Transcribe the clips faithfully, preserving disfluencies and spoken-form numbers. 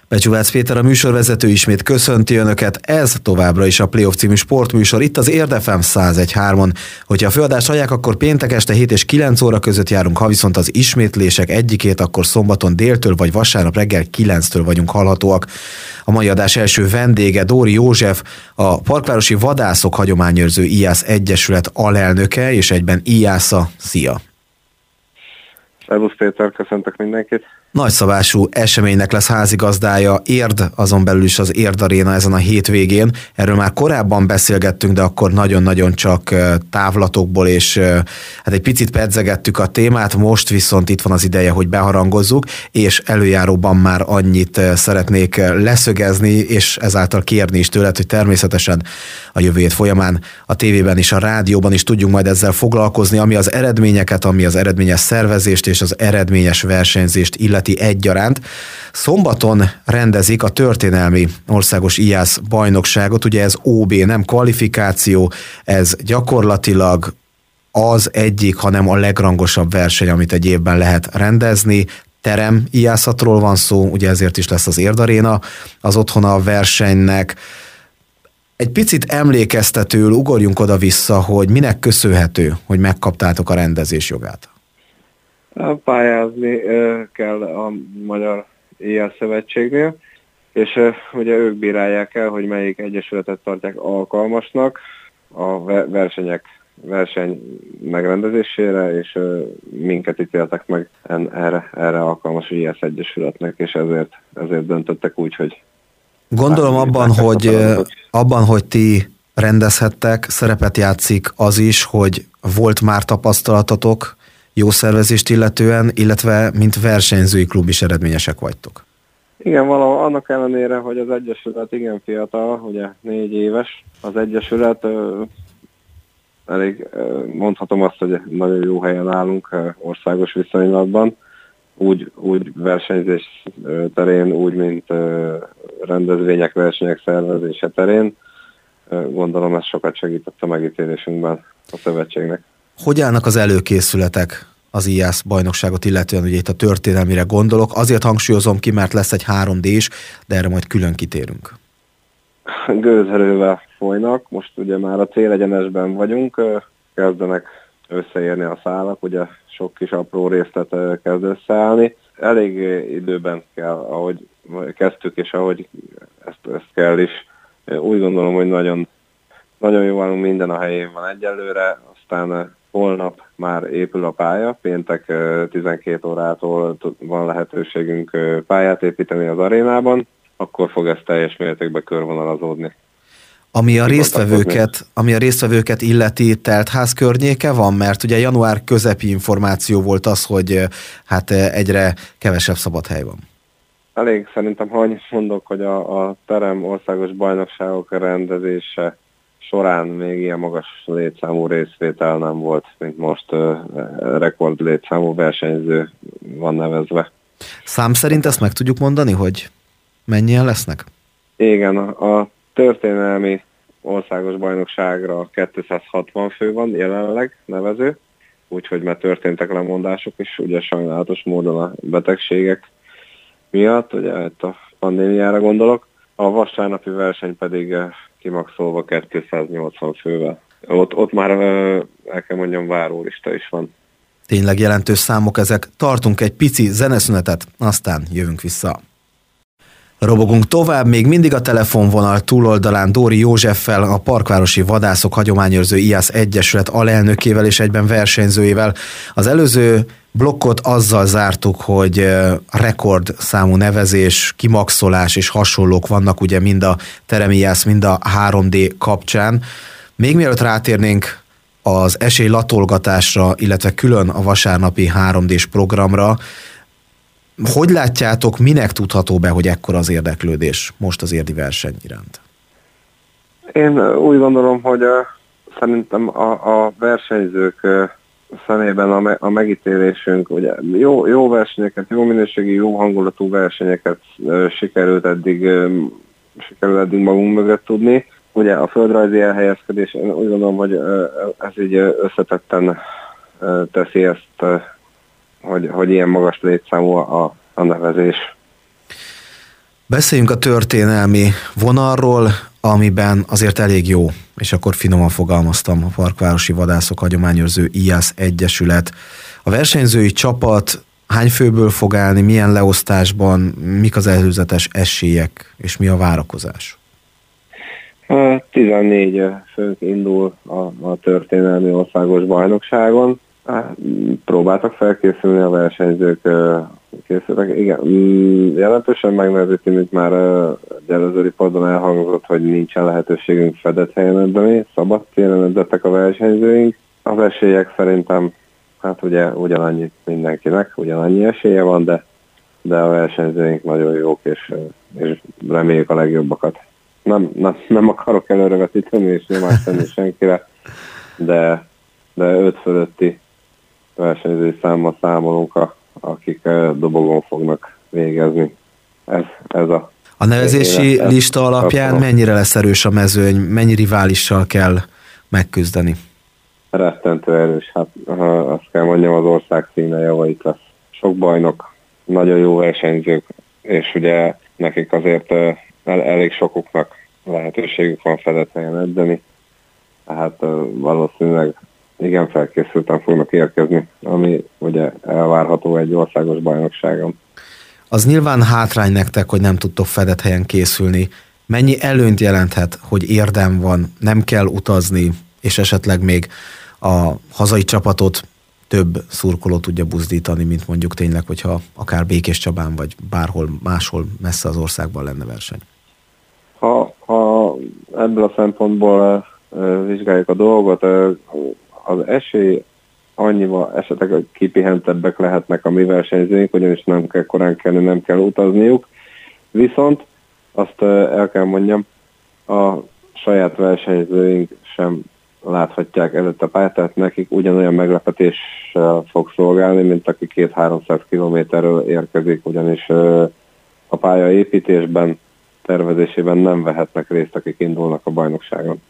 Becsúvác Péter, a műsorvezető ismét köszönti Önöket, ez továbbra is a Playoff című sportműsor, itt az Érd ef em száz egy pont három-on. Hogyha a főadást hallják, akkor péntek este hét és kilenc óra között járunk, ha viszont az ismétlések egyikét, akkor szombaton déltől vagy vasárnap reggel kilenctől vagyunk hallhatóak. A mai adás első vendége Dóri József, a Parkvárosi Vadászok Hagyományőrző IJÁSZ Egyesület alelnöke és egyben IJÁSZA. Szia! Szervusz Péter, köszöntök mindenkit! Nagyszabású eseménynek lesz házigazdája Érd, azon belül is az Érd Aréna ezen a hétvégén. Erről már korábban beszélgettünk, de akkor nagyon-nagyon csak távlatokból, és hát egy picit pedzegettük a témát, most viszont itt van az ideje, hogy beharangozzuk, és előjáróban már annyit szeretnék leszögezni, és ezáltal kérni is tőled, hogy természetesen a jövő hét folyamán a tévében és a rádióban is tudjunk majd ezzel foglalkozni, ami az eredményeket, ami az eredményes szervezést és az eredményes versenyzést illeti egyaránt. Szombaton rendezik a történelmi országos IJÁSZ bajnokságot, ugye ez ó bé, nem kvalifikáció, ez gyakorlatilag az egyik, hanem a legrangosabb verseny, amit egy évben lehet rendezni. Terem ijászatról van szó, ugye ezért is lesz az Érd Aréna az otthona a versenynek. Egy picit emlékeztetőül ugorjunk oda-vissza, hogy minek köszönhető, hogy megkaptátok a rendezés jogát. Pályázni kell a Magyar IJÁSZ Szövetségnél, és ugye ők bírálják el, hogy melyik egyesületet tartják alkalmasnak a versenyek verseny megrendezésére, és minket ítéltek meg erre, erre alkalmas IJÁSZ Egyesületnek, és ezért, ezért döntöttek úgy, hogy... Gondolom abban, hogy, abban, hogy ti rendezhettek, szerepet játszik az is, hogy volt már tapasztalatotok jó szervezést illetően, illetve mint versenyzői klub is eredményesek vagytok. Igen, valahol annak ellenére, hogy az Egyesület igen fiatal, ugye négy éves, az Egyesület ö, elég ö, mondhatom azt, hogy nagyon jó helyen állunk ö, országos viszonylatban, úgy, úgy versenyzés terén, úgy, mint ö, rendezvények, versenyek szervezése terén. Ö, gondolom ez sokat segített a megítélésünkben a szövetségnek. Hogy állnak az előkészületek az IJÁSZ bajnokságot illetően, ugye itt a történelmire gondolok, azért hangsúlyozom ki, mert lesz egy három dé-s, de erre majd külön kitérünk. Gőzerővel folynak, most ugye már a célegyenesben vagyunk, kezdenek összeérni a szálak, ugye sok kis apró részlet kezd összeállni. Elég időben kell, ahogy kezdtük, és ahogy ezt, ezt kell is. Úgy gondolom, hogy nagyon, nagyon jó állunk, minden a helyén van egyelőre, aztán holnap már épül a pálya, péntek tizenkét órától van lehetőségünk pályát építeni az arénában, akkor fog ez teljes mértékben körvonalazódni. Ami a résztvevőket, ami a résztvevőket illeti, teltház környéke van, mert ugye január közepi információ volt az, hogy hát egyre kevesebb szabad hely van. Elég szerintem, ha annyit mondok, hogy a, a terem országos bajnokságok rendezése során még ilyen magas létszámú részvétel nem volt, mint most uh, rekord létszámú versenyző van nevezve. Szám szerint ezt meg tudjuk mondani, hogy mennyien lesznek? Igen, a, a történelmi országos bajnokságra kétszázhatvan fő van jelenleg nevező, úgyhogy már történtek lemondások is, ugye sajnálatos módon a betegségek miatt, ugye itt a pandémiára gondolok. A vasárnapi verseny pedig kimaxolva kétszáznyolcvan fővel. Ott, ott már el kell mondjam, várólista is van. Tényleg jelentős számok ezek. Tartunk egy pici zeneszünetet, aztán jövünk vissza. Robogunk tovább, még mindig a telefonvonal túloldalán Dóri Józseffel, a Parkvárosi Vadászok Hagyományőrző IJÁSZ Egyesület alelnökével és egyben versenyzőjével. Az előző blokkot azzal zártuk, hogy rekordszámú nevezés, kimaxolás és hasonlók vannak ugye mind a terem IJÁSZ, mind a három dé kapcsán. Még mielőtt rátérnénk az esélylatolgatásra, illetve külön a vasárnapi három dé-s programra, hogy látjátok, minek tudható be, hogy ekkora az érdeklődés most az érdi verseny iránt? Én úgy gondolom, hogy uh, szerintem a, a versenyzők uh, szemében a, me, a megítélésünk, ugye jó, jó versenyeket, jó minőségi, jó hangulatú versenyeket uh, sikerült eddig, uh, sikerült eddig magunk mögött tudni. Ugye a földrajzi elhelyezkedés, én úgy gondolom, hogy uh, ez így összetetten uh, teszi ezt, uh, hogy, hogy ilyen magas létszámú a, a nevezés. Beszéljünk a történelmi vonalról, amiben azért elég jó, és akkor finoman fogalmaztam, a Parkvárosi Vadászok Hagyományőrző i á es Egyesület. A versenyzői csapat hány főből fog állni, milyen leosztásban, mik az előzetes esélyek, és mi a várakozás? tizennégy főnk indul a, a történelmi országos bajnokságon. Próbáltak felkészülni a versenyzők, készültek. Igen, jelentősen megnehezíti, mint már egy előző riportban elhangzott, hogy nincsen lehetőségünk fedett helyen edzeni, szabad téren edzettek a versenyzőink. Az esélyek szerintem, hát ugye ugyanannyi mindenkinek, ugyanannyi esélye van, de, de a versenyzőink nagyon jók, és, és reméljük a legjobbakat. Nem, nem, nem akarok előrevetíteni és nyomást tenni senkire, de, de öt fölötti versenyzői számmal számolunk, a, akik dobogón fognak végezni. Ez, ez a... A nevezési ez, lista alapján ez, mennyire lesz erős a mezőny, mennyi riválissal kell megküzdeni? Rettentő erős, hát azt kell mondjam, az ország színe javait lesz. Sok bajnok, nagyon jó versenyzők, és ugye nekik azért el, elég sokuknak lehetőségük van fedett helyen edzeni, tehát valószínűleg igen felkészülten fognak érkezni, ami ugye elvárható egy országos bajnokságon. Az nyilván hátrány nektek, hogy nem tudtok fedett helyen készülni. Mennyi előnyt jelenthet, hogy érdem van, nem kell utazni, és esetleg még a hazai csapatot több szurkoló tudja buzdítani, mint mondjuk tényleg, hogyha akár Békéscsabán, vagy bárhol máshol messze az országban lenne verseny? Ha, ha ebből a szempontból uh, vizsgáljuk a dolgot, uh, az esély annyival esetleg kipihentebbek lehetnek a mi versenyzőink, ugyanis nem kell korán kelni, nem kell utazniuk. Viszont azt uh, el kell mondjam, a saját versenyzőink sem láthatják előtt a pályát, tehát nekik ugyanolyan meglepetéssel fog szolgálni, mint aki két-háromszáz kilométerről érkezik, ugyanis uh, a pályaépítésben, tervezésében nem vehetnek részt, akik indulnak a bajnokságon.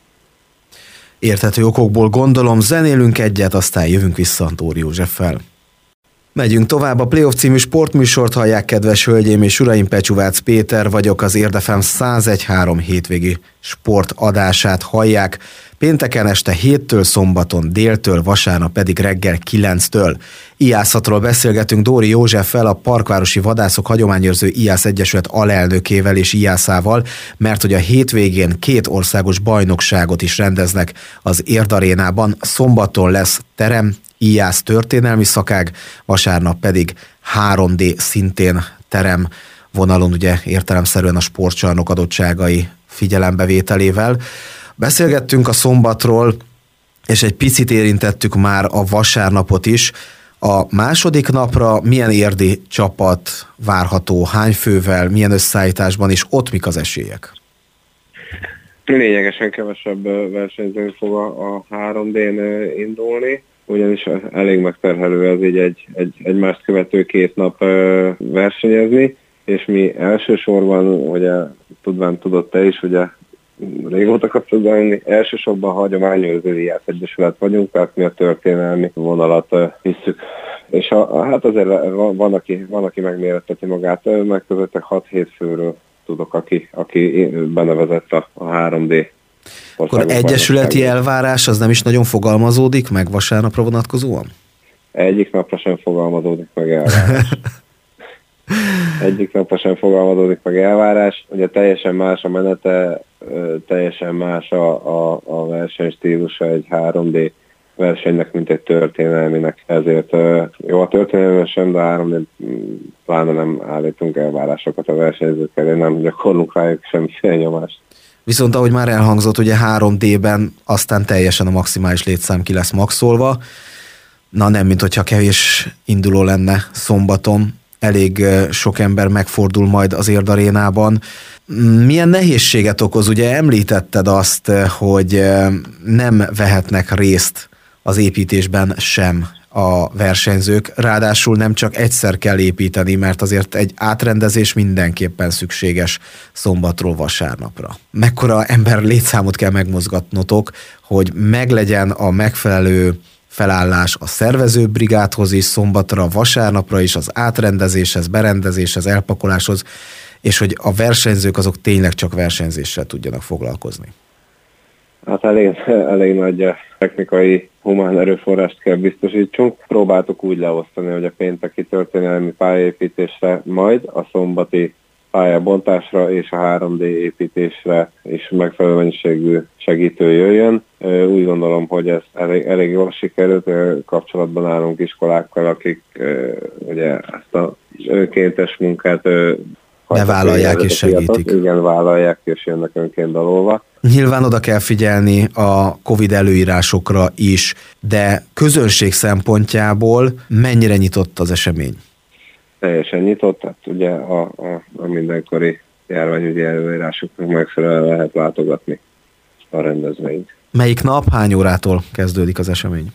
Érthető okokból gondolom, zenélünk egyet, aztán jövünk vissza Tóri Józseffel. Megyünk tovább, a Playoff című sportműsort hallják, kedves hölgyeim és uraim, Pecsúvác Péter vagyok, az Érd ef em száz egy pont három hétvégi sportadását hallják. Pénteken este héttől, szombaton déltől, vasárnap pedig reggel kilenctől. Ijászatról beszélgetünk Dóri Józseffel, a Parkvárosi Vadászok Hagyományőrző i á es Egyesület alelnökével és ijászával, mert hogy a hétvégén két országos bajnokságot is rendeznek az Érd arénában. Szombaton lesz terem, i á es történelmi szakág, vasárnap pedig három dé szintén terem vonalon, ugye értelemszerűen a sportcsarnok adottságai figyelembevételével. Beszélgettünk a szombatról, és egy picit érintettük már a vasárnapot is. A második napra milyen érdi csapat várható, hány fővel, milyen összeállításban, és ott mik az esélyek? Lényegesen kevesebb versenyző fog a, a három dén indulni, ugyanis elég megterhelő ez így egy, egy, egymást követő két nap versenyezni, és mi elsősorban, ugye tudván tudod te is, ugye régóta kapcsolatban, elsősorban hagyományőrző i á es Egyesület vagyunk, tehát mi a történelmi vonalat uh, hiszük. És a, hát azért van, van, aki, van, aki megméretteti magát, meg közöttek hat-hét főről tudok, aki, aki benevezett a, a három dé. Akkor egyesületi elvárás az nem is nagyon fogalmazódik meg vasárnapra vonatkozóan? Egyik napra sem fogalmazódik meg elvárás. Egyik napra sem fogalmazódik meg elvárás. Ugye teljesen más a menete, teljesen más a, a, a versenystílusa egy három dé versenynek, mint egy történelminek. Ezért jó, a történelmi sem, de három dé pláne nem állítunk elvárásokat a versenyzők elé, nem gyakorlunk rájuk semmiféle nyomást. Viszont ahogy már elhangzott, ugye három dében aztán teljesen a maximális létszám ki lesz maxolva. Na nem, mint hogyha kevés induló lenne szombaton. Elég sok ember megfordul majd az Érd arénában. Milyen nehézséget okoz? Ugye említetted azt, hogy nem vehetnek részt az építésben sem a versenyzők, ráadásul nem csak egyszer kell építeni, mert azért egy átrendezés mindenképpen szükséges szombatról vasárnapra. Mekkora ember létszámot kell megmozgatnotok, hogy meglegyen a megfelelő felállás a szervezőbrigádhoz is, szombatra, vasárnapra is, az átrendezéshez, berendezéshez, elpakoláshoz, és hogy a versenyzők azok tényleg csak versenyzéssel tudjanak foglalkozni? Hát elég, elég nagy technikai, humán erőforrást kell biztosítsunk. Próbáltuk úgy leosztani, hogy a pénteki történelmi pályaépítésre, majd a szombati pályabontásra és a három dé építésre is megfelelő mennyiségű segítő jöjjön. Úgy gondolom, hogy ez elég, elég jól sikerült. Kapcsolatban állunk iskolákkal, akik ugye ezt az önkéntes munkát bevállalják és segítik. Igen, vállalják és jönnek önként dalolva. Nyilván oda kell figyelni a Covid előírásokra is, de közönség szempontjából mennyire nyitott az esemény? Teljesen nyitott, tehát ugye a, a, a mindenkori járványügyi előírásoknak megfelelően lehet látogatni a rendezvényt. Melyik nap, hány órától kezdődik az esemény?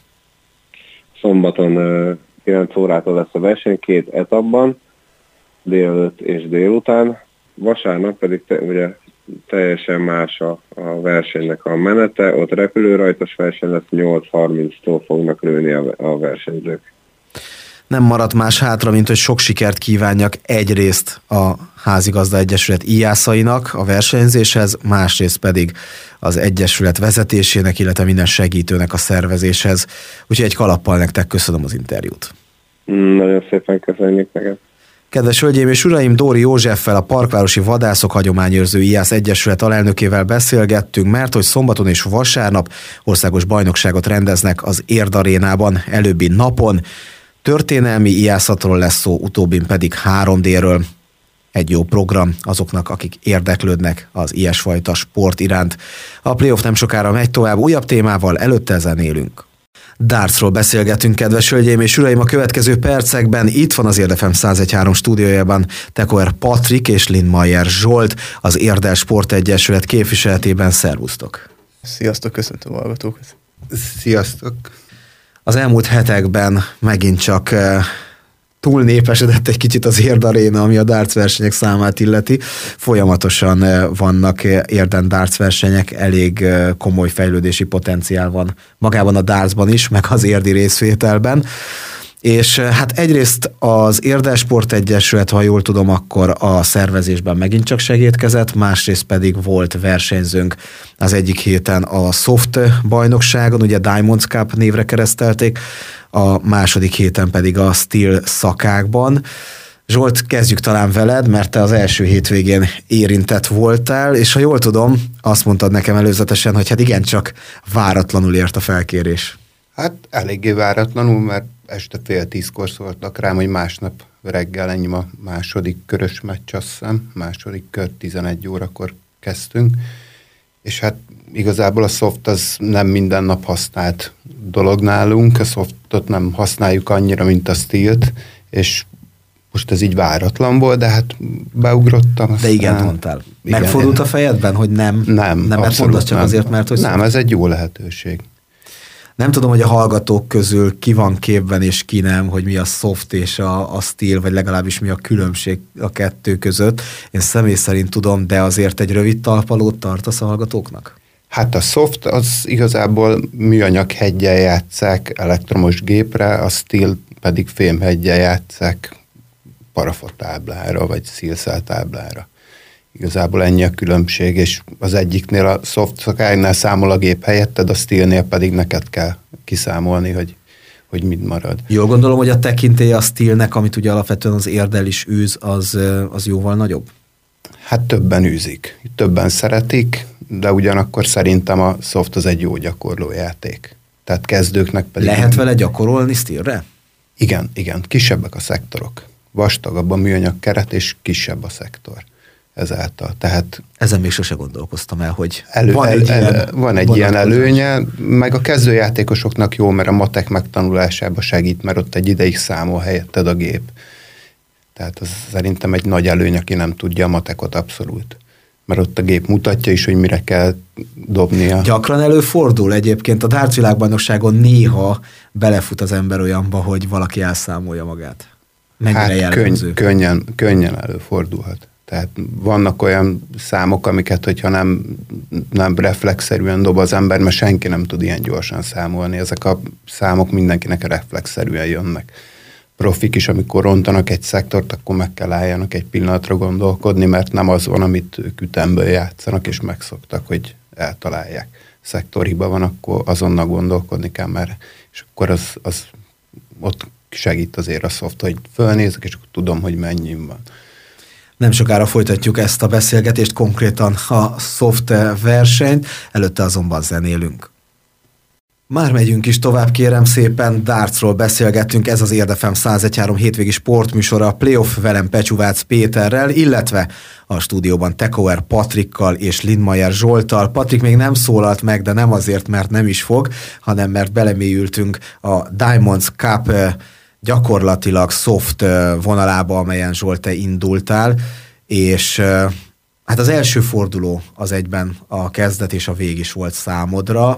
Szombaton kilenc órától lesz a verseny, két etapban, délelőtt és délután. Vasárnap pedig te, ugye teljesen más a, a versenynek a menete, ott repülőrajtos verseny lesz, nyolc harminctól fognak lőni a, a versenyzők. Nem maradt más hátra, mint hogy sok sikert kívánjak egyrészt a Házigazda Egyesület íjászainak a versenyzéshez, másrészt pedig az Egyesület vezetésének, illetve minden segítőnek a szervezéshez. Úgyhogy egy kalappal nektek köszönöm az interjút. Mm, nagyon szépen köszönjük neked. Kedves hölgyeim és uraim, Dóri Józseffel, a Parkvárosi Vadászok Hagyományőrző Íjász Egyesület alelnökével beszélgettünk, mert hogy szombaton és vasárnap országos bajnokságot rendeznek az Érd Arénában előbbi napon. Történelmi íjászatról lesz szó, utóbbin pedig három dé-ről. Egy jó program azoknak, akik érdeklődnek az ilyesfajta sport iránt. A playoff nem sokára megy tovább, újabb témával előtte zenélünk. Dartsról beszélgetünk, kedves hölgyeim és uraim, a következő percekben. Itt van az Érd ef em száz egy három stúdiójában Tekoer Patrik és Lindmayer Zsolt, az Érdel Sportegyesület képviseletében. Szervusztok! Sziasztok, köszöntöm a hallgatókat! Sziasztok! Az elmúlt hetekben megint csak túl népesedett egy kicsit az Érd Aréna, ami a darts versenyek számát illeti. Folyamatosan vannak Érden darts versenyek, elég komoly fejlődési potenciál van magában a dartsban is, meg az érdi részvételben. És hát egyrészt az Érdel Sportegyesület, ha jól tudom, akkor a szervezésben megint csak segítkezett, másrészt pedig volt versenyzőnk az egyik héten a Soft bajnokságon, ugye Diamonds Cup névre keresztelték, a második héten pedig a Steel szakákban. Zsolt, kezdjük talán veled, mert te az első hétvégén érintett voltál, és ha jól tudom, azt mondtad nekem előzetesen, hogy hát igencsak váratlanul ért a felkérés. Hát eléggé váratlanul, mert este fél tízkor szóltak rám, hogy másnap reggel ennyi a második körös meccs, azt hiszem, második kör tizenegy órakor kezdtünk, és hát igazából a Soft az nem minden nap használt dolog nálunk, a Softot nem használjuk annyira, mint a Steelt, és most ez így váratlan volt, de hát beugrottam. Aztán... De igen, mondtál. Igen, megfordult a fejedben, hogy nem? Nem, nem mert mondasz csak nem. Azért, mert hogy... Nem, ez egy jó lehetőség. Nem tudom, hogy a hallgatók közül ki van képben és ki nem, hogy mi a Soft és a, a Steel, vagy legalábbis mi a különbség a kettő között. Én személy szerint tudom, de azért egy rövid talpalót tartasz a hallgatóknak? Hát a Soft az igazából műanyag heggyel játsszák elektromos gépre, a Steel pedig fémheggyel játsszák parafatáblára, vagy szilszáltáblára. Igazából ennyi a különbség, és az egyiknél a Soft szakágnál számol a gép helyetted, a Steelnél pedig neked kell kiszámolni, hogy, hogy mit marad. Jól gondolom, hogy a tekintélye a Steelnek, amit ugye alapvetően az Érdel is űz, az, az jóval nagyobb? Hát többen űzik, többen szeretik, de ugyanakkor szerintem a Soft az egy jó gyakorló játék. Tehát kezdőknek pedig... Lehet vele gyakorolni Steelre? Igen, igen, kisebbek a szektorok. Vastagabb a műanyag keret, és kisebb a szektor ezáltal. Tehát ezen még sose gondolkoztam el, hogy elő, van el, egy, el, ilyen, van egy ilyen előnye, meg a kezdőjátékosoknak jó, mert a matek megtanulásába segít, mert ott egy ideig számol helyetted a gép. Tehát az szerintem egy nagy előny, aki nem tudja a matekot abszolút. Mert ott a gép mutatja is, hogy mire kell dobnia. Gyakran előfordul egyébként a darts világbajnokságon, néha belefut az ember olyanba, hogy valaki elszámolja magát. Mennyire hát jellemző? Könny, könnyen, könnyen előfordulhat. Tehát vannak olyan számok, amiket, hogyha nem, nem reflexzerűen dob az ember, mert senki nem tud ilyen gyorsan számolni. Ezek a számok mindenkinek reflexzerűen jönnek. profik is, amikor rontanak egy szektort, akkor meg kell álljanak egy pillanatra gondolkodni, mert nem az van, amit ők ütemből játszanak, és megszoktak, hogy eltalálják. Szektorhiba van, akkor azonnal gondolkodni kell már, és akkor az, az ott segít azért a szoft, hogy fölnézek, és akkor tudom, hogy mennyi van. Nem sokára folytatjuk ezt a beszélgetést, konkrétan a szoft versenyt, előtte azonban zenélünk. Már megyünk is tovább, kérem szépen, dartsról beszélgettünk, ez az Érdefem száz egy három hétvégi sportműsora, a Playoff velem Pecsúvác Péterrel, illetve a stúdióban Tekauer Patrikkal és Lindmayer Zsolttal. Patrik még nem szólalt meg, de nem azért, mert nem is fog, hanem mert belemélyültünk a Diamonds Cup gyakorlatilag soft vonalába, amelyen Zsolt, te indultál, és hát az első forduló az egyben a kezdet és a vég is volt számodra,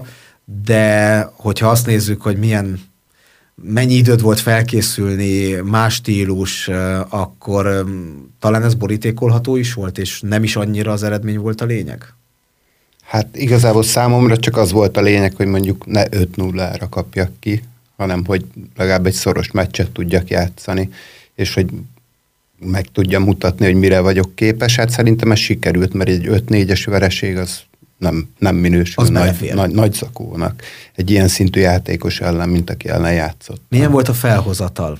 de hogyha azt nézzük, hogy milyen, mennyi időd volt felkészülni, más stílus, akkor talán ez borítékolható is volt, és nem is annyira az eredmény volt a lényeg? Hát igazából számomra csak az volt a lényeg, hogy mondjuk ne öt nullára kapjak ki, hanem hogy legalább egy szoros meccset tudjak játszani, és hogy meg tudjam mutatni, hogy mire vagyok képes. Hát szerintem ez sikerült, mert egy öt négyes vereség az nem, nem minősül nagy, nagy, nagy zakónak. Egy ilyen szintű játékos ellen, mint aki ellen játszott. Milyen volt a felhozatal?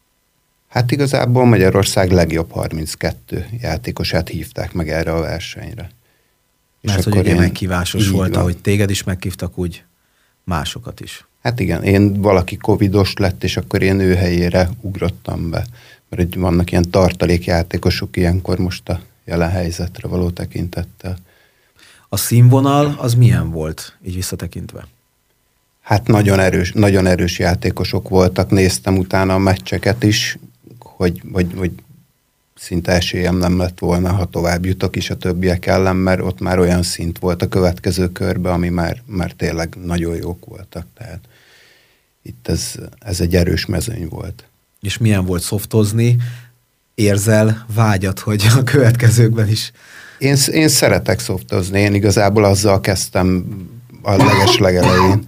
Hát igazából Magyarország legjobb harminckettő játékosát hívták meg erre a versenyre. Mert hogy ugye meghívásos volt, van. Ahogy téged is meghívtak, úgy másokat is. Hát igen, én valaki covidos lett, és akkor én ő helyére ugrottam be. Mert vannak ilyen tartalékjátékosok ilyenkor most a jelen helyzetre való tekintettel. A színvonal az milyen volt, így visszatekintve? Hát nagyon erős, nagyon erős játékosok voltak, néztem utána a meccseket is, hogy, hogy, hogy szinte esélyem nem lett volna, ha tovább jutok is a többiek ellen, mert ott már olyan szint volt a következő körbe, ami már, már tényleg nagyon jók voltak. Tehát itt ez, ez egy erős mezőny volt. És milyen volt szoftozni? Érzel vágyat, hogy a következőkben is? Én, én szeretek szoftozni, én igazából azzal kezdtem a legeslegelején.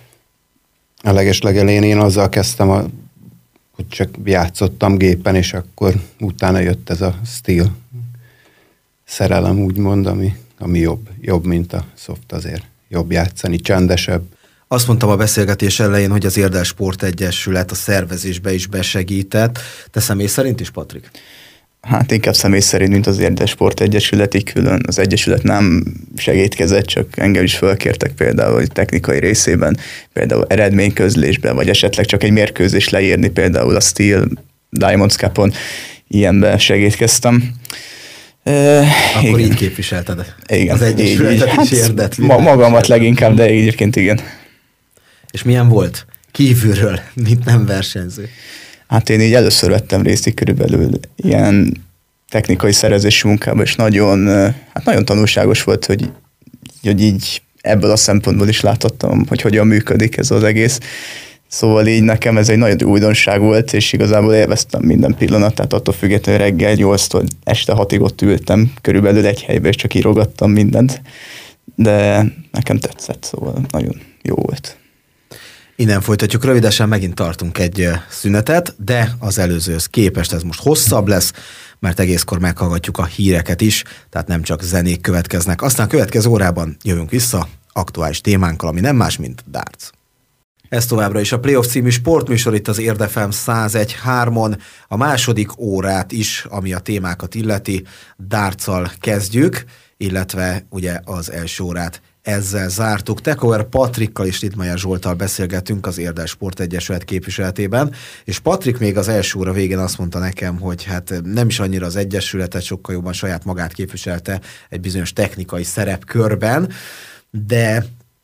A legeslegelején én azzal kezdtem, a, hogy csak játszottam gépen, és akkor utána jött ez a stíl szerelem, úgymond, ami, ami jobb, jobb, mint a szoft azért. Jobb játszani, csendesebb. Azt mondtam a beszélgetés elején, hogy az Érdel Sport Egyesület a szervezésbe is besegített. Te személy szerint is, Patrik? Hát inkább személy szerint, mint az Érdel Sport Egyesület, így külön az Egyesület nem segítkezett, csak engem is felkértek például, hogy technikai részében, például eredményközlésben, vagy esetleg csak egy mérkőzés leírni, például a Steel Diamonds Cup-on, ilyenben segítkeztem. Uh, Akkor igen. Így képviselted igen, az Egyesületet is hát érdetli. Ma, magamat leginkább, de egyébként igen. És milyen volt kívülről, mint nem versenyző? Hát én így először vettem részt így körülbelül ilyen technikai szervezési munkában, és nagyon, hát nagyon tanulságos volt, hogy, hogy így ebből a szempontból is láthattam, hogy hogyan működik ez az egész. Szóval így nekem ez egy nagy újdonság volt, és igazából élveztem minden pillanatát, attól függetlenül reggel nyolctól este hatig ott ültem, körülbelül egy helyben, és csak írogattam mindent, de nekem tetszett, szóval nagyon jó volt. Innen folytatjuk rövidesen, megint tartunk egy szünetet, de az előzőhöz képest ez most hosszabb lesz, mert egészkor meghallgatjuk a híreket is, tehát nem csak zenék következnek. Aztán a következő órában jövünk vissza aktuális témánkkal, ami nem más, mint darts. Ez továbbra is a Playoff című sportműsor itt az Érdefem száz egy hármon. A második órát is, ami a témákat illeti, dartszal kezdjük, illetve ugye az első órát ezzel zártuk. Tekauer Patrikkal és Lindmayer Zsolttal beszélgetünk az Érdel Sport Egyesület képviseletében, és Patrik még az első óra végén azt mondta nekem, hogy hát nem is annyira az Egyesületet, sokkal jobban saját magát képviselte egy bizonyos technikai szerepkörben, de,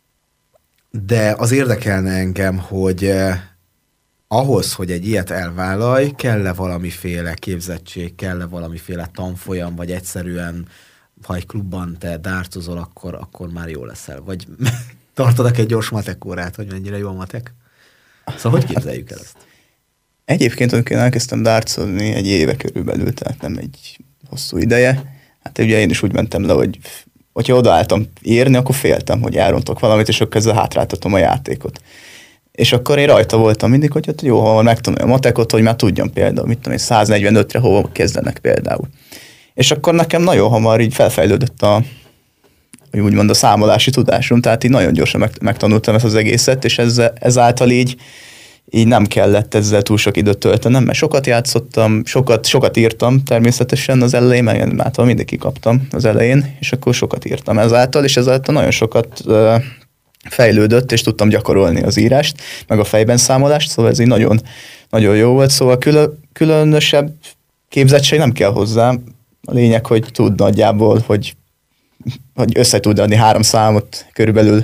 de az érdekelne engem, hogy eh, ahhoz, hogy egy ilyet elvállalj, kell-e valamiféle képzettség, kell-e valamiféle tanfolyam, vagy egyszerűen ha egy klubban te dárcozol, akkor, akkor már jó leszel. Vagy tartanak egy gyors matekórát, hogy mennyire jó a matek? Szóval hogy képzeljük el ezt? Egyébként, amikor én elkezdtem dárcozni egy éve körülbelül, tehát nem egy hosszú ideje, hát ugye én is úgy mentem le, hogy hogyha odaálltam írni, akkor féltem, hogy elrontok valamit, és akkor ezzel hátráltatom a játékot. És akkor én rajta voltam mindig, hogy hát jó, ha megtanulja a matekot, hogy már tudjam például, mit tudom én, száznegyvenötre hova kezdenek például. És akkor nekem nagyon hamar így felfejlődött a, úgymond a számolási tudásom, tehát így nagyon gyorsan megtanultam ezt az egészet, és ezzel, ezáltal így, így nem kellett ezzel túl sok időt töltenem, mert sokat játszottam, sokat, sokat írtam természetesen az elején, mert általában mindig kikaptam az elején, és akkor sokat írtam ezáltal, és ezáltal nagyon sokat uh, fejlődött, és tudtam gyakorolni az írást, meg a fejben számolást, szóval ez így nagyon, nagyon jó volt, szóval külön, különösebb képzettség nem kell hozzá, a lényeg, hogy tud nagyjából, hogy, hogy össze tud adni három számot körülbelül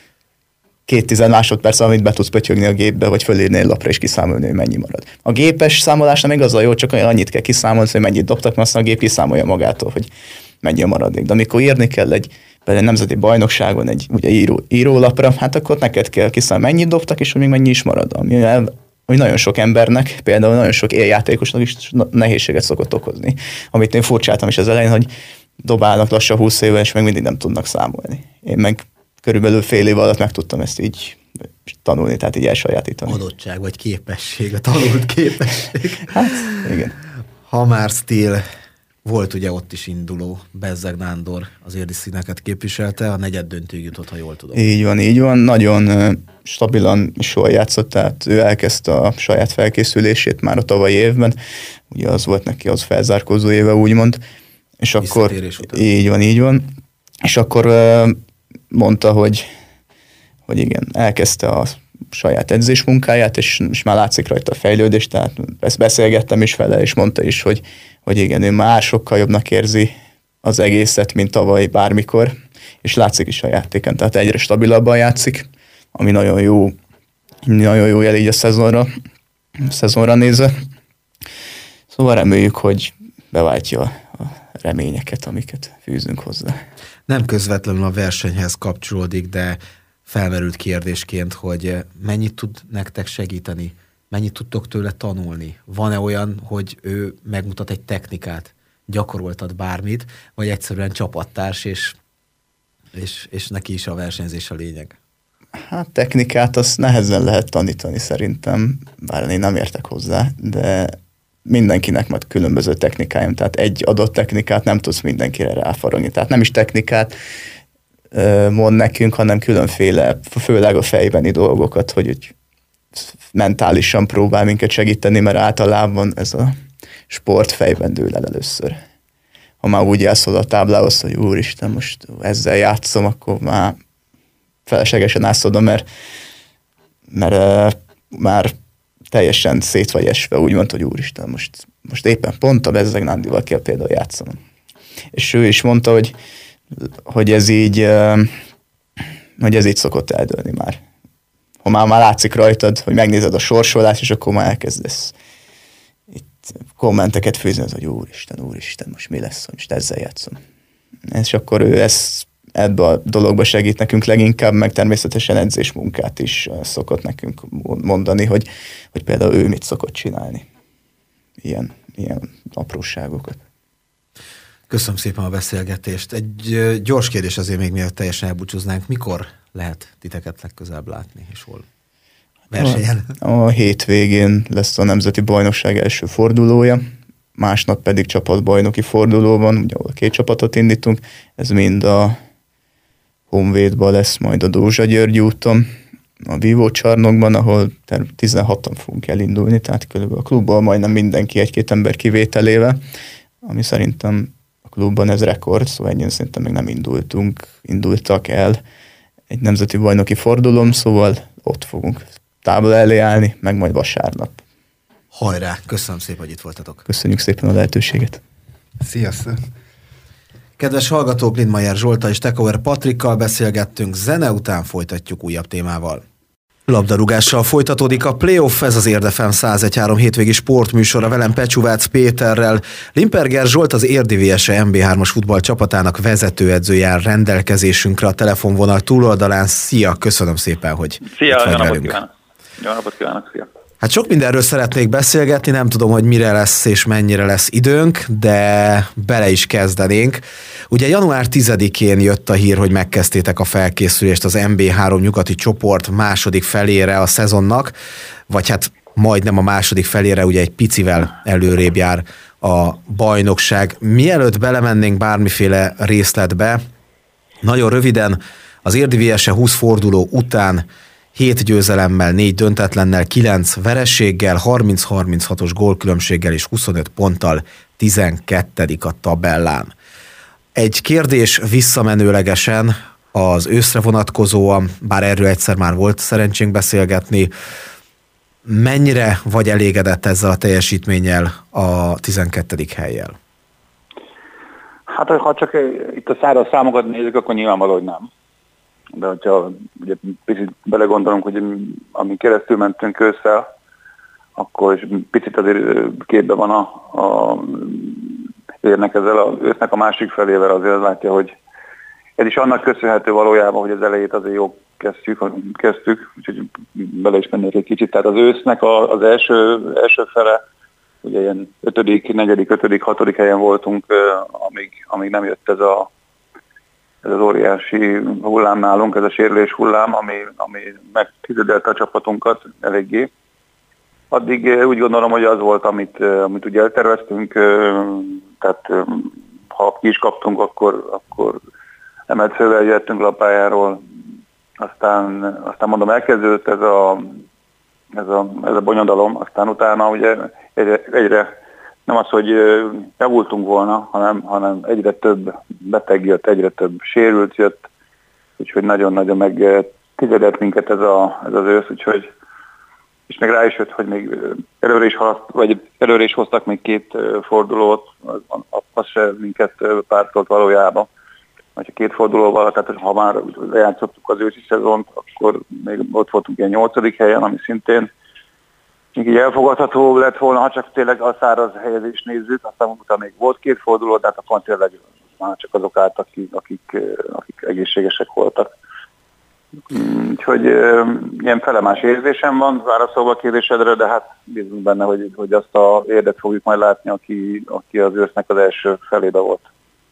két tized másodperc, amit be tudsz pötyögni a gépbe, vagy fölírni egy lapra és kiszámolni, hogy mennyi marad. A gépes számolás nem igaz, jó, csak annyit kell kiszámolni, hogy mennyit dobtak, mert aztán a gép kiszámolja magától, hogy mennyi a maradék. De amikor írni kell egy, egy nemzeti bajnokságon egy ugye, író, írólapra, hát akkor neked kell kiszámolni, mennyit dobtak, és hogy még mennyi is marad. Ami, ami nagyon sok embernek, például nagyon sok éljátékosnak is nehézséget szokott okozni. Amit én furcsáltam is az elején, hogy dobálnak lassan húsz éve, és meg mindig nem tudnak számolni. Én meg körülbelül fél év alatt meg tudtam ezt így tanulni, tehát így elsajátítani. Adottság vagy képesség, a tanult képesség. Hát, igen. Ha már Steel volt ugye ott is induló, Bezzeg Nándor az érdi színeket képviselte, a negyed döntőig jutott, ha jól tudom. Így van, így van, nagyon stabilan is jól játszott, tehát ő elkezdte a saját felkészülését már a tavalyi évben, ugye az volt neki az felzárkózó éve, úgymond, és akkor így van, így van, és akkor mondta, hogy, hogy igen, elkezdte a saját edzés munkáját, és, és már látszik rajta a fejlődés, tehát ezt beszélgettem is vele, és mondta is, hogy, hogy igen, ő már sokkal jobbnak érzi az egészet, mint tavaly bármikor, és látszik is a játéken, tehát egyre stabilabban játszik, ami nagyon jó, nagyon jó jel így a szezonra, a szezonra nézve. Szóval reméljük, hogy beváltja a reményeket, amiket fűzünk hozzá. Nem közvetlenül a versenyhez kapcsolódik, de felmerült kérdésként, hogy mennyit tud nektek segíteni, mennyit tudtok tőle tanulni? Van-e olyan, hogy ő megmutat egy technikát, gyakoroltad bármit, vagy egyszerűen csapattárs, és, és, és neki is a versenyzés a lényeg? Hát technikát azt nehezen lehet tanítani szerintem, bár én nem értek hozzá, de mindenkinek majd különböző technikáim, tehát egy adott technikát nem tudsz mindenkire ráfaragni, tehát nem is technikát mond nekünk, hanem különféle, főleg a fejbeni dolgokat, hogy úgy mentálisan próbál minket segíteni, mert általában ez a sport fejben dől el először. Ha már úgy játszol a táblához, hogy úristen, most ezzel játszom, akkor már feleslegesen átszodom, mert, mert már teljesen szét vagy esve, úgy mondta, hogy úristen, most, most éppen pont a Bezzeg Nándival kell például játszanom. És ő is mondta, hogy, hogy ez így hogy ez így szokott eldőlni már. Ha már, már látszik rajtad, hogy megnézed a sorsolást, és akkor már elkezdesz itt kommenteket fűzni, hogy úristen, úristen, most mi lesz, most ezzel játszom. És akkor ő ezt ebbe a dologba segít nekünk leginkább, meg természetesen edzésmunkát is szokott nekünk mondani, hogy, hogy például ő mit szokott csinálni. Ilyen, ilyen apróságokat. Köszönöm szépen a beszélgetést. Egy gyors kérdés azért még mielőtt teljesen elbúcsúznánk. Mikor lehet titeket legközelebb látni, és hol versenyen? A, a hétvégén lesz a Nemzeti Bajnokság első fordulója, másnap pedig csapatbajnoki fordulóban, ugye ahol két csapatot indítunk, ez mind a Honvédban lesz, majd a Dózsa György úton, a Vívó csarnokban, ahol tizenhatan fogunk elindulni, tehát körülbelül a klubban majdnem mindenki, egy-két ember kivételével, ami szerintem a klubban ez rekord, szóval ennyien szerintem még nem indultunk, indultak el egy nemzeti bajnoki fordulón, szóval ott fogunk tábla elé állni, meg majd vasárnap. Hajrá! Köszönöm szépen, hogy itt voltatok. Köszönjük szépen a lehetőséget. Sziasztok! Kedves hallgatók, Lindmaier Zsolta és Tekauer Patrikkal beszélgettünk, zene után folytatjuk újabb témával. Labdarúgással folytatódik a playoff, ez az Érd ef em száz egy három hétvégi sportműsora, velem Pecsúvác Péterrel. Limperger Zsolt, az Érdi vé es e em bé hármas futball csapatának vezetőedzője áll rendelkezésünkre a telefonvonal túloldalán. Szia, köszönöm szépen, hogy Szia, itt vagy jó napot velünk. kívánok. Jó napot kívánok, szia. Hát sok mindenről szeretnék beszélgetni, nem tudom, hogy mire lesz és mennyire lesz időnk, de bele is kezdenénk. Ugye január tizedikén jött a hír, hogy megkezdtétek a felkészülést az en bé három nyugati csoport második felére a szezonnak, vagy hát majdnem a második felére, ugye egy picivel előrébb jár a bajnokság. Mielőtt belemennénk bármiféle részletbe, nagyon röviden az Érdi vé es e húsz forduló után hét győzelemmel, négy döntetlennel, kilenc vereséggel, harminc harminchatos gólkülönbséggel és huszonöt ponttal tizenkettedik a tabellán. Egy kérdés visszamenőlegesen az őszre vonatkozóan, bár erről egyszer már volt szerencsénk beszélgetni, mennyire vagy elégedett ezzel a teljesítménnyel a tizenkettedik hellyel? Hát ha csak itt a száraz számokat nézzük, akkor nyilvánvaló, hogy nem. De hogyha ugye picit belegondolunk, hogy amin keresztül mentünk ősszel, akkor is picit azért képbe van a, a érnek ezzel a ősznek a másik felével, azért látja, hogy ez is annak köszönhető valójában, hogy az elejét azért jó kezdtük, kezdtük, úgyhogy bele is mennék egy kicsit. Tehát az ősznek a, az első, első fele, ugye ilyen ötödik, negyedik, ötödik, hatodik helyen voltunk, amíg, amíg nem jött ez a ez az óriási hullám nálunk, ez a sérülés hullám, ami, ami megtizedelte a csapatunkat eléggé. Addig úgy gondolom, hogy az volt, amit, amit ugye elterveztünk, tehát ha ki is kaptunk, akkor, akkor emelt fővel jöttünk le a pályáról, aztán, aztán mondom, elkezdődött ez a, ez a, ez a bonyodalom, aztán utána ugye egyre, egyre nem az, hogy javultunk volna, hanem, hanem egyre több beteg jött, egyre több sérült jött, úgyhogy nagyon-nagyon megtizedett minket ez, a, ez az ősz, úgyhogy és még rá is jött, hogy még előre is, haladt, vagy előre is hoztak még két fordulót, az, az se minket pártolt valójában. Ha két fordulóval, tehát ha már lejátszottuk az őszi szezont, akkor még ott voltunk ilyen nyolcadik helyen, ami szintén még így elfogadható lett volna, ha csak tényleg a száraz helyezést nézzük, aztán utána még volt két forduló, de hát akkor tényleg már csak azok állt, akik, akik, akik egészségesek voltak. Úgyhogy ilyen felemás érzésem van, válaszolva a kérdésedre, de hát bízunk benne, hogy, hogy azt a érdet fogjuk majd látni, aki, aki az ősznek az első felébe volt.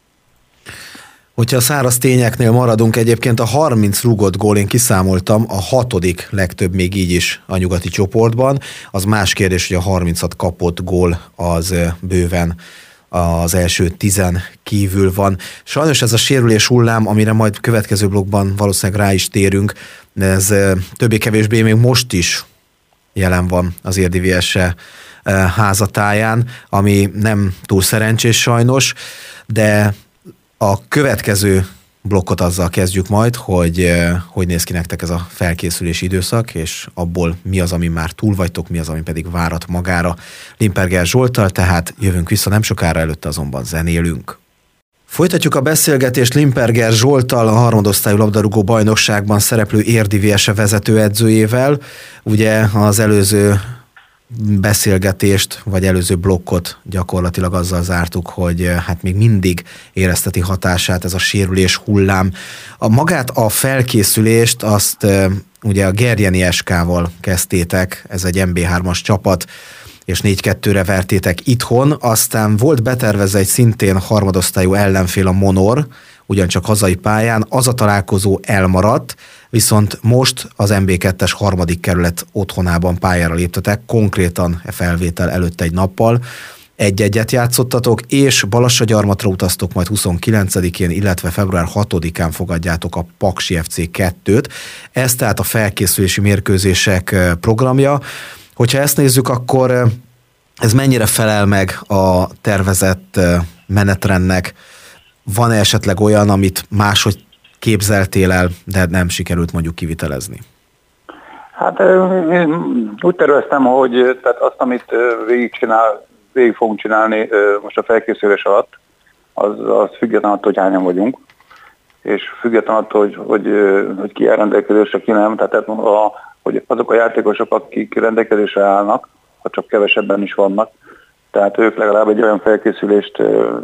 Hogyha a száraz tényeknél maradunk, egyébként a harminc rúgott gól, én kiszámoltam, a hatodik legtöbb még így is a nyugati csoportban. Az más kérdés, hogy a harmincat kapott gól az bőven az első tizen kívül van. Sajnos ez a sérülés hullám, amire majd következő blokkban valószínűleg rá is térünk, ez többé-kevésbé még most is jelen van az Érdi vé es e házatáján, ami nem túl szerencsés sajnos, de a következő blokkot azzal kezdjük majd, hogy hogy néz ki nektek ez a felkészülési időszak, és abból mi az, ami már túl vagytok, mi az, ami pedig várat magára. Limperger Zsolttal, tehát jövünk vissza nem sokára, előtte azonban zenélünk. Folytatjuk a beszélgetést Limperger Zsolttal, a harmadosztályú labdarúgó bajnokságban szereplő Érdi vé es e vezetőedzőjével. Ugye az előző beszélgetést, vagy előző blokkot gyakorlatilag azzal zártuk, hogy hát még mindig érezteti hatását ez a sérülés hullám. A magát a felkészülést azt ugye a Gerjeni es ká-val kezdtétek, ez egy en bé hármas csapat, és négy kettőre vertétek itthon, aztán volt betervezve egy szintén harmadosztályú ellenfél, a Monor, ugyancsak hazai pályán, az a találkozó elmaradt, viszont most az en bé kettes harmadik kerület otthonában pályára léptetek, konkrétan e felvétel előtt egy nappal, egy-egyet játszottatok, és Balassagyarmatra utaztok majd huszonkilencedikén, illetve február hatodikán fogadjátok a Paksi ef cé kettőt. Ez tehát a felkészülési mérkőzések programja. Hogyha ezt nézzük, akkor ez mennyire felel meg a tervezett menetrendnek? Van-e esetleg olyan, amit máshogy képzeltél el, de nem sikerült mondjuk kivitelezni? Hát én úgy terveztem, hogy tehát azt, amit végig, csinál, végig fogunk csinálni most a felkészülés alatt, az, az független attól, hogy hányan vagyunk, és független attól, hogy, hogy, hogy ki elrendelkezésre, ki nem, tehát a, hogy azok a játékosok, akik rendelkezésre állnak, ha csak kevesebben is vannak, tehát ők legalább egy olyan felkészülést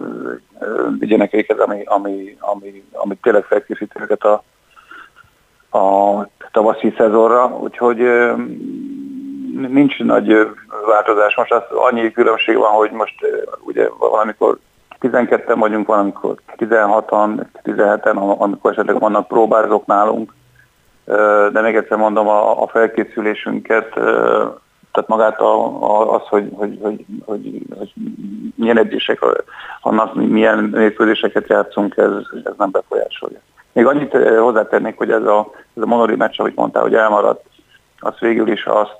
vigyenek őket, ami, ami, ami, ami tényleg felkészít őket a, a tavaszi szezonra. Úgyhogy nincs nagy változás. Most az annyi különbség van, hogy most ugye valamikor tizenketten vagyunk, valamikor tizenhatan, tizenheten, amikor esetleg vannak próbázók nálunk, de még egyszer mondom, a, a felkészülésünket, tehát magát a, a, az, hogy, hogy, hogy, hogy, hogy milyen edzések vannak, milyen mérkőzéseket játszunk, ez, ez nem befolyásolja. Még annyit hozzátennék, hogy ez a, ez a Monori meccs, ahogy mondtál, hogy elmaradt, azt végül is azt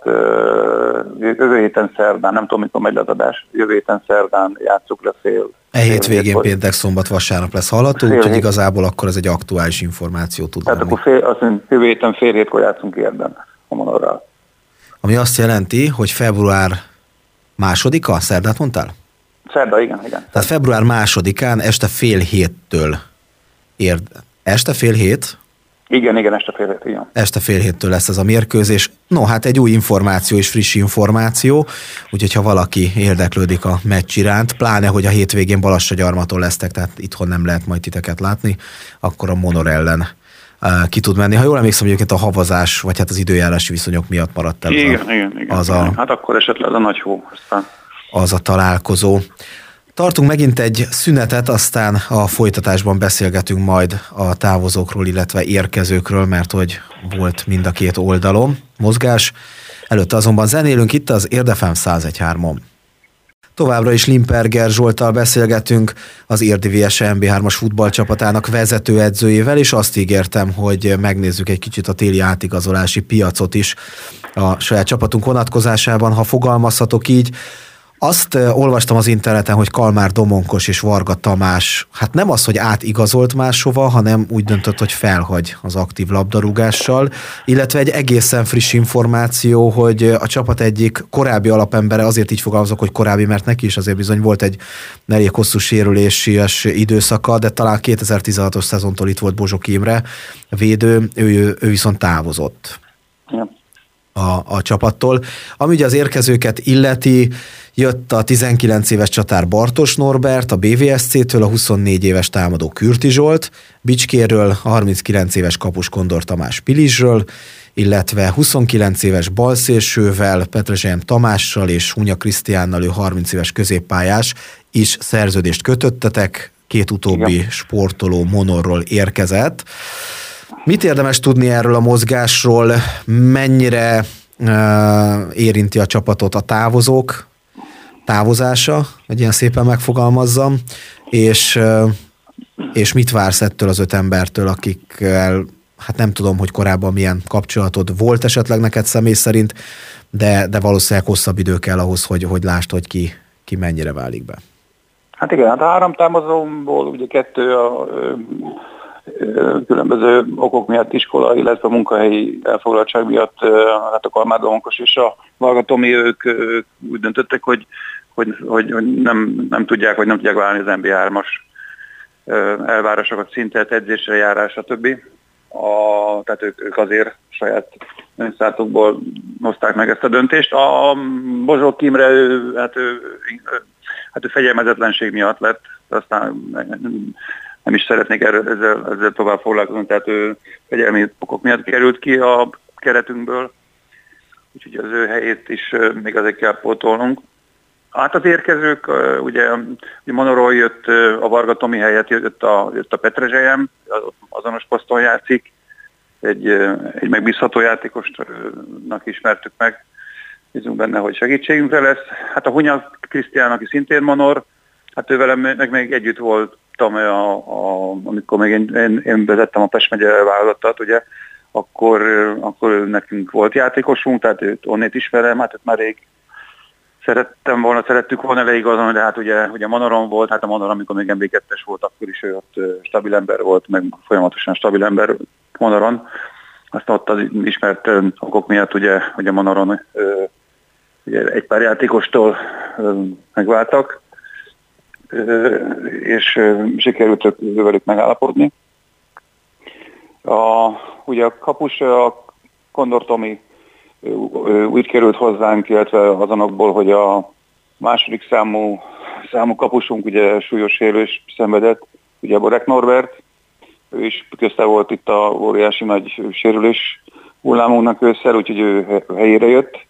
jövő héten szerdán, nem tudom, mikor megy le az adás, jövő héten szerdán játsszuk le fél. E hétvégén péntek, szombat, vasárnap lesz hallható, úgyhogy igazából akkor ez egy aktuális információ tud lenni. Tehát akkor fél, azt mondjuk, jövő héten fél hétkor játszunk Érden a Monorral. Ami azt jelenti, hogy február másodika, szerdát mondtál? Szerda, igen, igen. Tehát február másodikán este fél héttől érd. Este fél hét? Igen, igen, este fél hét, igen. Este fél héttől lesz ez a mérkőzés. No, hát egy új információ és friss információ, úgyhogy ha valaki érdeklődik a meccs iránt, pláne, hogy a hétvégén Balassagyarmaton lesztek, tehát itthon nem lehet majd titeket látni, akkor a Monor ellen ki tud menni. Ha jól emlékszem, egyébként a havazás, vagy hát az időjárási viszonyok miatt maradt el. Igen, az a, igen, igen, az igen. A, hát akkor esetleg az a nagy hó. Aztán. Az a találkozó. Tartunk megint egy szünetet, aztán a folytatásban beszélgetünk majd a távozókról, illetve érkezőkről, mert hogy volt mind a két oldalon mozgás. Előtte azonban zenélünk itt az Érd ef em száz egy három-on. Továbbra is Limperger Zsolttal beszélgetünk, az Érdi vé es em bé hármas futballcsapatának vezetőedzőjével, és azt ígértem, hogy megnézzük egy kicsit a téli átigazolási piacot is a saját csapatunk vonatkozásában, ha fogalmazhatok így. Azt olvastam az interneten, hogy Kalmár Domonkos és Varga Tamás, hát nem az, hogy átigazolt máshova, hanem úgy döntött, hogy felhagy az aktív labdarúgással, illetve egy egészen friss információ, hogy a csapat egyik korábbi alapembere, azért így fogalmazok, hogy korábbi, mert neki is azért bizony volt egy elég hosszú sérülésies időszaka, de talán kétezer-tizenhatos szezontól itt volt Bozsok Imre védő, ő, ő viszont távozott. Ja. A, a csapattól. Ami ugye az érkezőket illeti, jött a tizenkilenc éves csatár Bartos Norbert a bé vé es cé-től, a huszonnégy éves támadó Kürti Zsolt, Bicskéről a harminckilenc éves kapus Kondor Tamás Pilizsről, illetve huszonkilenc éves balszélsővel, Petrezselyem Tamással és Hunya Krisztiánnal, ő harminc éves középpályás is szerződést kötöttetek, két utóbbi igen. sportoló Monorról érkezett. Mit érdemes tudni erről a mozgásról, mennyire uh, érinti a csapatot a távozók távozása, hogy ilyen szépen megfogalmazzam, és, uh, és mit vársz ettől az öt embertől, akikkel, hát nem tudom, hogy korábban milyen kapcsolatod volt esetleg neked személy szerint, de, de valószínűleg hosszabb idő kell ahhoz, hogy, hogy lásd, hogy ki, ki mennyire válik be. Hát igen, hát a három támozóból ugye kettő a különböző okok miatt, iskola, illetve munkahelyi elfoglaltság miatt, hát a Kalmár Domonkos és a Varga Tomi, ők, ők úgy döntöttek, hogy, hogy, hogy, hogy nem, nem tudják, hogy nem tudják válni az em bé hármas elvárásokat, szintet, edzésre járás, stb. A, tehát ők, ők azért saját önszálltukból hozták meg ezt a döntést. A Bozsok Imre, ő, hát, ő, hát ő fegyelmezetlenség miatt lett, aztán nem is szeretnék erről, ezzel, ezzel tovább foglalkozni, tehát ő fegyelmi okok miatt került ki a keretünkből, úgyhogy az ő helyét is még azért kell pótolnunk. Hát az érkezők, ugye Monorról jött a Varga Tomi helyett, jött a, jött a Petrezselyem, azonos poszton játszik, egy, egy megbízható játékosnak ismertük meg, bízunk benne, hogy segítségünkre lesz. Hát a Hunya Krisztián, aki szintén Monor, hát ő velem meg még együtt voltam, a, a, amikor még én, én, én vezettem a Pest megye vállalatot, ugye, akkor, akkor nekünk volt játékosunk, tehát őt onnét ismerem, hát őt már rég szerettem volna, szerettük volna leigazolni, de hát ugye, ugye Monoron volt, hát a Monor, amikor még em bé kettes volt, akkor is ő ott stabil ember volt, meg folyamatosan stabil ember Monoron. Aztán ott az ismert okok miatt ugye, ugye Monoron ugye egy pár játékostól megváltak, és sikerült velük megállapodni. A, ugye a kapus, a Kondor Tomi úgy került hozzánk, illetve azonokból, hogy a második számú, számú kapusunk ugye súlyos sérülés szenvedett, ugye Borek Norbert, ő is közte volt itt a óriási nagy sérülés hullámunknak ősszel, úgyhogy ő helyére jött,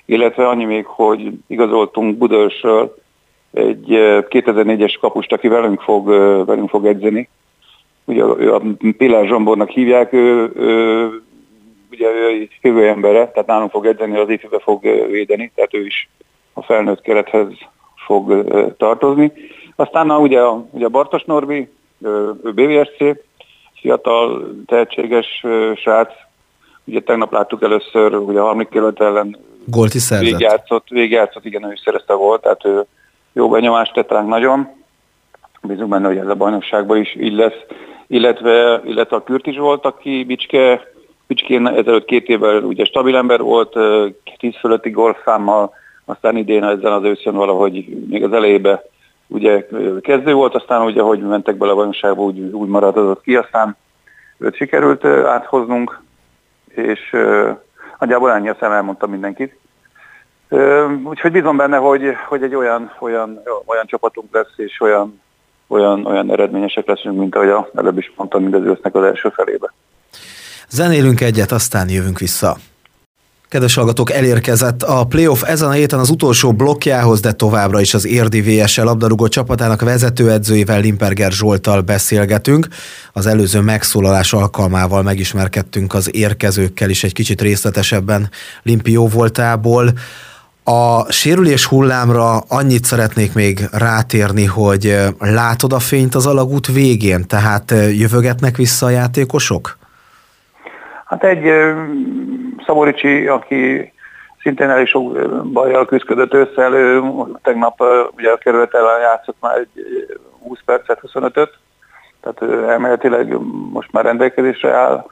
illetve annyi még, hogy igazoltunk Budaörsről egy kétezer-négyes kapust, aki velünk fog, velünk fog edzeni. Ugye a Pillás Zsombornak hívják, ő, ő, ugye ő egy jövő embere, tehát nálunk fog edzeni, az ifjúbe fog védeni, tehát ő is a felnőtt kerethez fog tartozni. Aztán a, ugye, a, ugye a Bartos Norbi, ő bé vé es cé, fiatal, tehetséges srác, ugye tegnap láttuk először, ugye a harmadik kerület ellen gólt is szerzett. Végjátszott, végjátszott, igen, ő is szerezte a gólt, tehát ő jó benyomást tett ránk nagyon. Bízunk benne, hogy ez a bajnokságban is így lesz. Illetve, illetve a Kürti Zsolt, aki Bicske, Bicskén ezelőtt két évvel ugye stabil ember volt, tíz fölötti gólszámmal, aztán idén ezen az őszön valahogy még az elejében ugye kezdő volt, aztán ugye, hogy mentek bele a bajnokságba, úgy, úgy maradott ki, aztán őt sikerült áthoznunk, és uh, nagyjából ennyi, aztán elmondtam mindenkit. Uh, úgyhogy bízom benne, hogy, hogy egy olyan, olyan, olyan csapatunk lesz, és olyan, olyan, olyan eredményesek leszünk, mint ahogy a, előbb is mondtam, mind az ősznek az első felébe. Zenélünk egyet, aztán jövünk vissza. Kedves hallgatók, elérkezett a playoff ezen a héten az utolsó blokkjához, de továbbra is az Érdi vé es el labdarúgó csapatának vezetőedzőjével, Limperger Zsolttal beszélgetünk. Az előző megszólalás alkalmával megismerkedtünk az érkezőkkel is egy kicsit részletesebben Limpi jóvoltából. A sérülés hullámra annyit szeretnék még rátérni, hogy látod a fényt az alagút végén, tehát jövögetnek vissza a játékosok? Hát egy Szaboricsi, aki szintén elég sok bajjal küzdött ősszel, ő tegnap ugye a kerület ellen játszott már egy húsz percet, huszonötöt, tehát ő elméletileg most már rendelkezésre áll.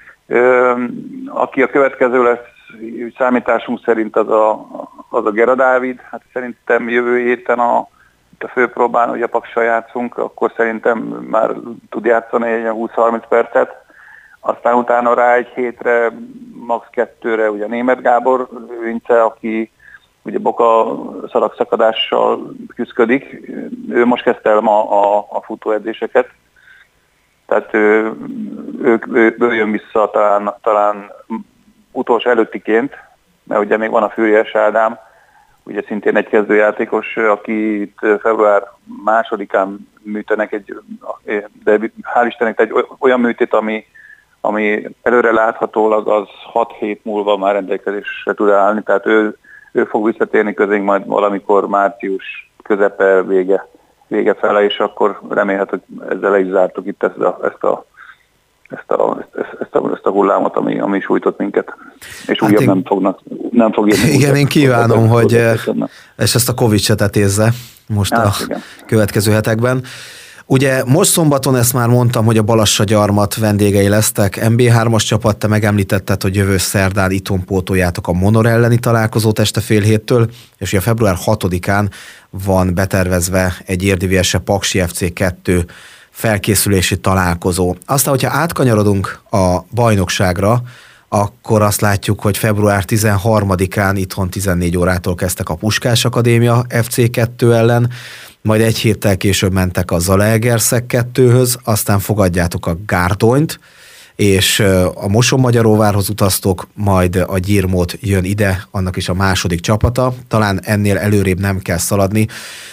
Aki a következő lesz, számításunk szerint az a, az a Gera Dávid, hát szerintem jövő héten a, a főpróbán, ugye a Paksal játszunk, akkor szerintem már tud játszani egy húsz-harminc percet. Aztán utána rá egy hétre, max. kettőre ugye Németh Gábor Vince, aki ugye boka szalagszakadással küszködik. Ő most kezdte el ma a, a futóedzéseket, tehát ő, ő, ő, ő jön vissza talán, talán utolsó előttiként, mert ugye még van a Füriyes Ádám, ugye szintén egy kezdőjátékos, akit február másodikán műtenek egy, de hál' Istennek egy olyan műtét, ami ami előre láthatólag az hat hét múlva már rendelkezésre tud állni, tehát ő, ő fog visszatérni közénk majd valamikor március közepe, vége, vége fele, és akkor remélhető, hogy ezzel le is zártuk itt ezt a, ezt a, ezt a, ezt a, ezt a hullámot, ami, ami sújtott minket. És hát újabb én... nem fognak, nem fog írni. Igen, úgy, én kívánom, hogy és ezt a Covid se tetézze most hát, a igen. következő hetekben. Ugye most szombaton ezt már mondtam, hogy a Balassa-Gyarmat vendégei lesztek, em bé hármas csapat, te megemlítetted, hogy jövő szerdán itthon pótoljátok a Monor elleni találkozót este fél héttől, és ugye február hatodikán van betervezve egy Érdi vé es el Paksi ef cé kettő felkészülési találkozó. Aztán, hogyha átkanyarodunk a bajnokságra, akkor azt látjuk, hogy február tizenharmadikán itthon tizennégy órától kezdtek a Puskás Akadémia ef cé kettő ellen, majd egy héttel később mentek a Zalaegerszeg kettőhöz, aztán fogadjátok a Gárdonyt, és a Mosonmagyaróvárhoz utaztok, majd a Gyirmót jön ide, annak is a második csapata, talán ennél előrébb nem kell szaladni.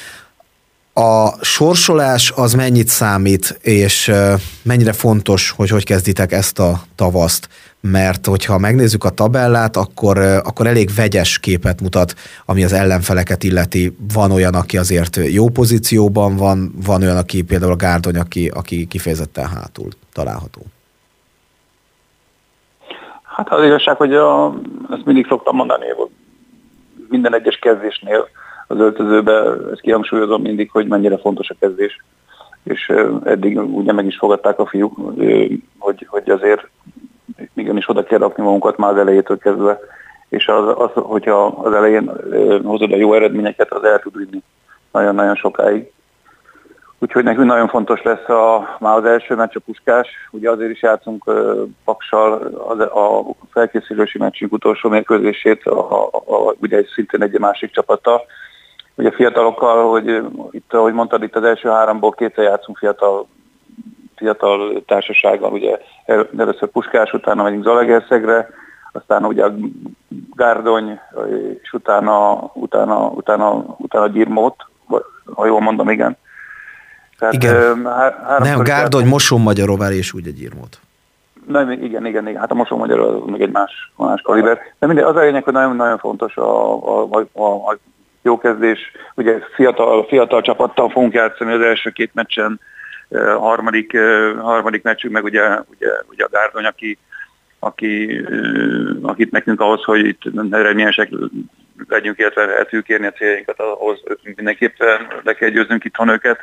A sorsolás az mennyit számít, és mennyire fontos, hogy hogy kezditek ezt a tavaszt? Mert hogyha megnézzük a tabellát, akkor, akkor elég vegyes képet mutat, ami az ellenfeleket illeti. Van olyan, aki azért jó pozícióban van, van olyan, aki például a Gárdony, aki, aki kifejezetten hátul található. Hát az igazság, hogy a, ezt mindig szoktam mondani, hogy minden egyes kezdésnél az öltözőben, ezt kihangsúlyozom mindig, hogy mennyire fontos a kezdés. És eddig ugye meg is fogadták a fiúk, hogy, hogy azért igenis oda kell rakni magunkat már az elejétől kezdve, és az, az, hogyha az elején hozod a jó eredményeket, az el tud vinni nagyon-nagyon sokáig. Úgyhogy nekünk nagyon fontos lesz a, már az első meccs a Puskás, ugye azért is játszunk uh, Paksal az, a felkészülési meccsünk utolsó mérkőzését, a, a, a, ugye szintén egy másik csapattal. Ugye fiatalokkal, hogy itt, ahogy mondtad, itt az első háromból kétszer játszunk fiatal, fiatal társasággal, ugye először Puskás, utána megyünk Zalaegerszegre, aztán ugye a Gárdony, és utána, utána, utána, utána Gyirmót, ha jól mondom, igen. Tehát, igen. Há- Nem, Gárdony, Mosonmagyaróvár és úgy egy Gyirmót. Nem, igen, igen, igen. Hát a Mosonmagyaróvár még egy más, más kaliber. De mindegy, az a lényeg, hogy nagyon-nagyon fontos a, a, a, a jó kezdés. Ugye fiatal, fiatal csapattal fogunk játszani az első két meccsen, a harmadik, harmadik meccsünk meg ugye, ugye, ugye a Gárdony, aki, aki, akit nekünk ahhoz, hogy itt eredményesek legyünk, illetve lehetünk érni a céljainkat, ahhoz mindenképpen le kell győznünk itthon őket.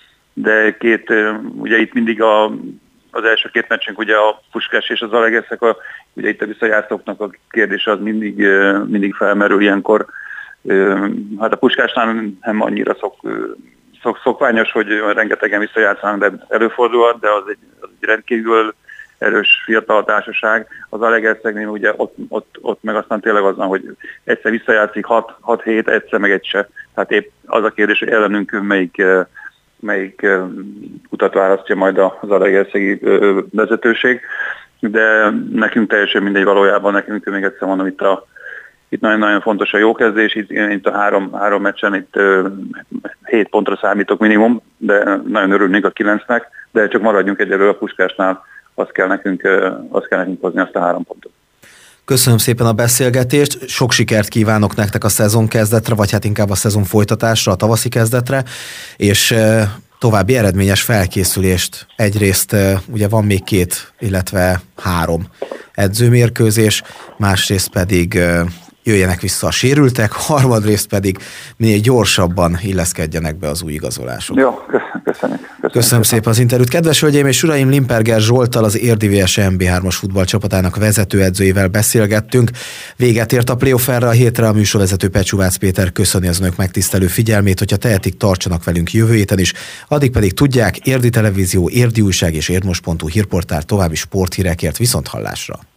De két, ugye itt mindig a, az első két meccsünk, ugye a Puskás és az Zalaegerszeg, a, ugye itt a visszajátstóknak a kérdése az mindig, mindig felmerül ilyenkor. Hát a Puskásnál nem annyira szok, szok, szokványos, hogy rengetegen visszajátszanak, de előfordulhat, de az egy, az egy rendkívül erős fiatal társaság. Az Zalaegerszegnél ugye ott, ott, ott meg aztán tényleg az van, hogy egyszer visszajátszik hat hét, egyszer meg egy se. Tehát épp az a kérdés, hogy ellenünk melyik, melyik utat választja majd az zalaegerszegi vezetőség. De nekünk teljesen mindegy valójában, nekünk még egyszer mondom, itt a Itt nagyon-nagyon fontos a jó kezdés, itt, itt a három, három meccsen itt uh, hét pontra számítok minimum, de nagyon örülnék a kilencnek, de csak maradjunk egyelőre a Puskásnál, azt kell nekünk, uh, azt kell nekünk hozni azt a három pontot. Köszönöm szépen a beszélgetést, sok sikert kívánok nektek a szezon kezdetre, vagy hát inkább a szezon folytatásra, a tavaszi kezdetre, és uh, további eredményes felkészülést. Egyrészt uh, ugye van még két, illetve három edzőmérkőzés, másrészt pedig uh, jöjjenek vissza a sérültek, harmadrészt pedig minél gyorsabban illeszkedjenek be az új igazolások. Jó, köszönjük. Köszönjük, köszönöm szépen az interjút. Kedves hölgyeim és uraim, Limperger Zsolttal, az Érdi vé es em bé hármas futballcsapatának vezetőedzőjével beszélgettünk. Véget ért a playoff erre a hétre, a műsorvezető Pecsúvác Péter köszöni az önök megtisztelő figyelmét, hogyha tehetik, tartsanak velünk jövő héten is. Addig pedig tudják, Érdi Televízió, Érdi Újság és érdmos pont hu hírportál további sporthírekért, viszont hallásra.